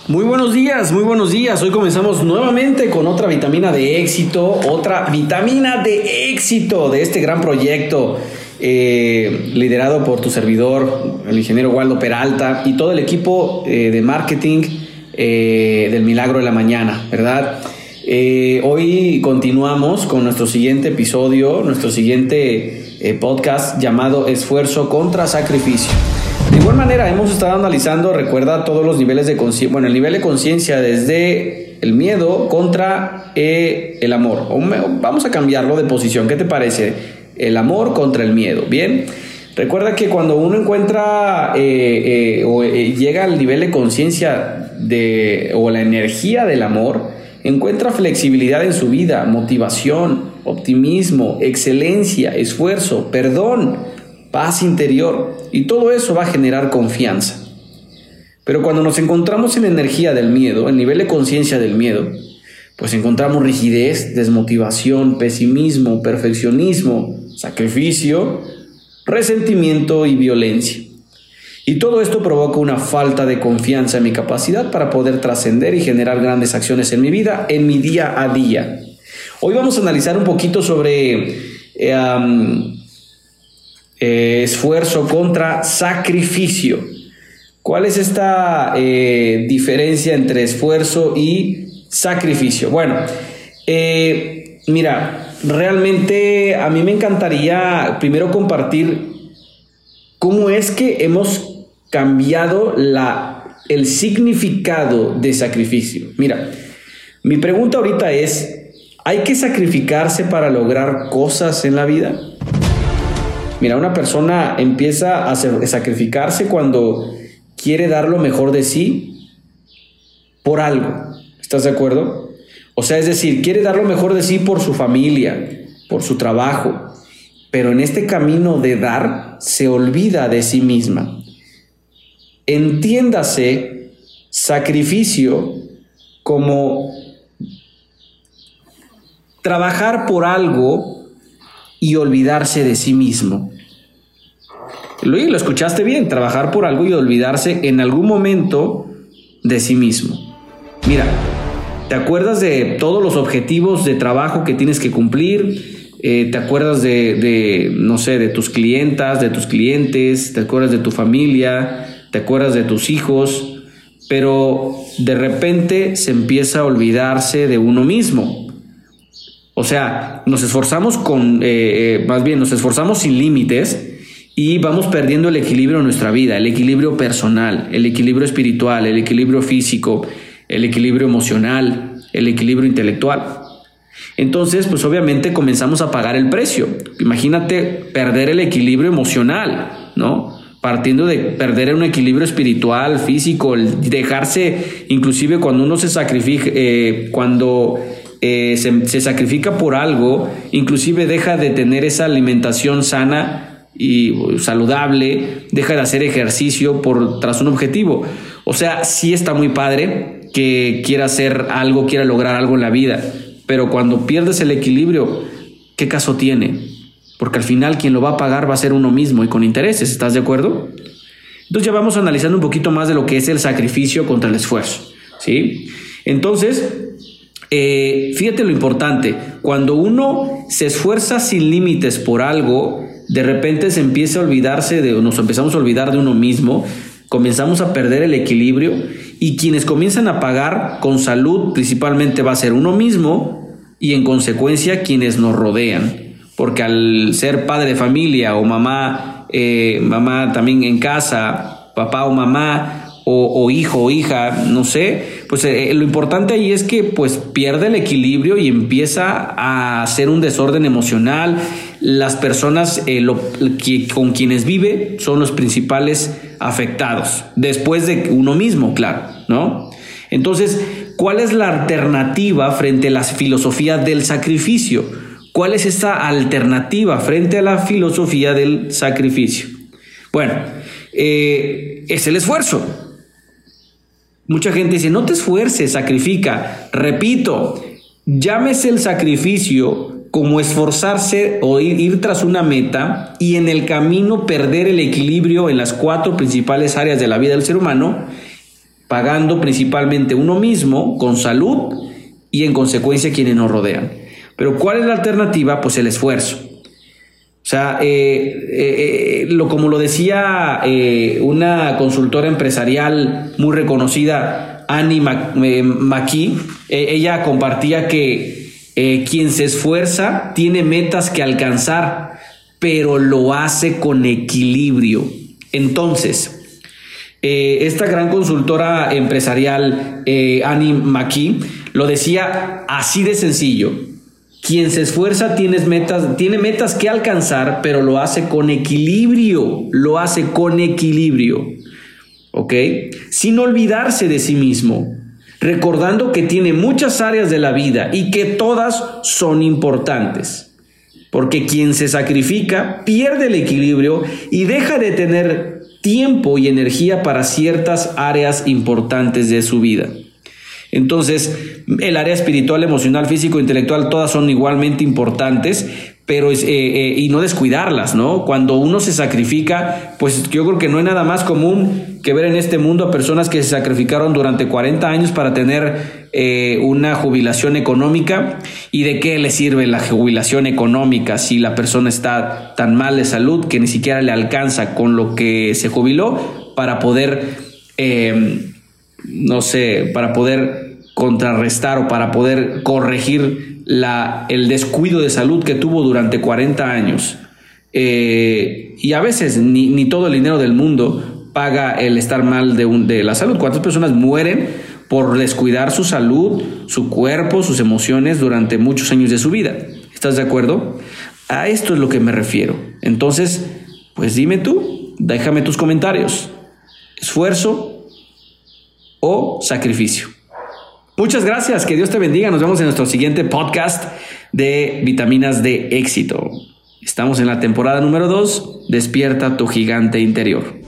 Muy buenos días, muy buenos días. Hoy comenzamos nuevamente con otra vitamina de éxito de este gran proyecto liderado por tu servidor, el ingeniero Waldo Peralta y todo el equipo de marketing del Milagro de la Mañana, ¿verdad? Hoy continuamos con nuestro siguiente episodio, nuestro siguiente podcast llamado Esfuerzo contra Sacrificio. De igual manera, hemos estado analizando, recuerda, todos los niveles de conciencia. Bueno, el nivel de conciencia desde el miedo contra el amor. Vamos a cambiarlo de posición. ¿Qué te parece? El amor contra el miedo. Bien. Recuerda que cuando uno encuentra llega al nivel de conciencia o la energía del amor, encuentra flexibilidad en su vida, motivación, optimismo, excelencia, esfuerzo, perdón, paz interior, y todo eso va a generar confianza. Pero cuando nos encontramos en la energía del miedo, el nivel de conciencia del miedo, pues encontramos rigidez, desmotivación, pesimismo, perfeccionismo, sacrificio, resentimiento y violencia. Y todo esto provoca una falta de confianza en mi capacidad para poder trascender y generar grandes acciones en mi vida, en mi día a día. Hoy vamos a analizar un poquito sobre esfuerzo contra sacrificio. ¿Cuál es esta diferencia entre esfuerzo y sacrificio? Bueno, mira, realmente a mí me encantaría primero compartir cómo es que hemos cambiado el significado de sacrificio. Mira, mi pregunta ahorita es, ¿hay que sacrificarse para lograr cosas en la vida? Mira, una persona empieza a sacrificarse cuando quiere dar lo mejor de sí por algo. ¿Estás de acuerdo? O sea, es decir, quiere dar lo mejor de sí por su familia, por su trabajo, pero en este camino de dar se olvida de sí misma. Entiéndase sacrificio como trabajar por algo y olvidarse de sí mismo. Lo escuchaste bien, trabajar por algo y olvidarse en algún momento de sí mismo. Mira, ¿te acuerdas de todos los objetivos de trabajo que tienes que cumplir? ¿Te acuerdas de tus clientas, de tus clientes? ¿Te acuerdas de tu familia? ¿Te acuerdas de tus hijos? Pero de repente se empieza a olvidarse de uno mismo. O sea, nos esforzamos sin límites y vamos perdiendo el equilibrio en nuestra vida, el equilibrio personal, el equilibrio espiritual, el equilibrio físico, el equilibrio emocional, el equilibrio intelectual. Entonces, pues obviamente comenzamos a pagar el precio. Imagínate perder el equilibrio emocional, ¿no? Partiendo de perder un equilibrio espiritual, físico, el dejarse, inclusive cuando uno se sacrifica, se sacrifica por algo, inclusive deja de tener esa alimentación sana y saludable, deja de hacer ejercicio tras un objetivo. O sea, sí está muy padre que quiera hacer algo, quiera lograr algo en la vida, pero cuando pierdes el equilibrio, ¿qué caso tiene? Porque al final quien lo va a pagar va a ser uno mismo y con intereses. ¿Estás de acuerdo? Entonces ya vamos analizando un poquito más de lo que es el sacrificio contra el esfuerzo, ¿sí? Entonces, fíjate lo importante, cuando uno se esfuerza sin límites por algo, de repente nos empezamos a olvidar de uno mismo, comenzamos a perder el equilibrio y quienes comienzan a pagar con salud principalmente va a ser uno mismo y en consecuencia quienes nos rodean, porque al ser padre de familia o mamá también en casa, papá o mamá o hijo o hija, no sé, pues lo importante ahí es que pues pierde el equilibrio y empieza a hacer un desorden emocional. Las personas con quienes vive son los principales afectados, después de uno mismo, claro, ¿no? Entonces, ¿cuál es la alternativa frente a la filosofía del sacrificio? ¿Cuál es esa alternativa frente a la filosofía del sacrificio? Bueno, es el esfuerzo. Mucha gente dice, no te esfuerces, sacrifica. Repito, llámese el sacrificio como esforzarse o ir tras una meta y en el camino perder el equilibrio en las 4 principales áreas de la vida del ser humano pagando principalmente uno mismo con salud y en consecuencia quienes nos rodean. Pero ¿cuál es la alternativa? Pues el esfuerzo. O sea, como lo decía una consultora empresarial muy reconocida, Annie McKee, ella compartía que quien se esfuerza tiene metas que alcanzar, pero lo hace con equilibrio. Entonces, esta gran consultora empresarial, Annie McKee, lo decía así de sencillo. Quien se esfuerza tiene metas que alcanzar, pero lo hace con equilibrio. Lo hace con equilibrio. ¿Ok? Sin olvidarse de sí mismo. Recordando que tiene muchas áreas de la vida y que todas son importantes. Porque quien se sacrifica pierde el equilibrio y deja de tener tiempo y energía para ciertas áreas importantes de su vida. Entonces, el área espiritual, emocional, físico, intelectual, todas son igualmente importantes, pero y no descuidarlas, ¿no? Cuando uno se sacrifica, pues yo creo que no hay nada más común que ver en este mundo a personas que se sacrificaron durante 40 años para tener una jubilación económica. ¿Y de qué le sirve la jubilación económica si la persona está tan mal de salud que ni siquiera le alcanza con lo que se jubiló para poder, para poder contrarrestar o para poder corregir el descuido de salud que tuvo durante 40 años? Y a veces ni todo el dinero del mundo paga el estar mal de la salud. ¿Cuántas personas mueren por descuidar su salud, su cuerpo, sus emociones durante muchos años de su vida? ¿Estás de acuerdo? A esto es lo que me refiero. Entonces, pues dime tú, déjame tus comentarios. ¿Esfuerzo o sacrificio? Muchas gracias, que Dios te bendiga. Nos vemos en nuestro siguiente podcast de Vitaminas de Éxito. Estamos en la temporada número 2, Despierta tu gigante interior.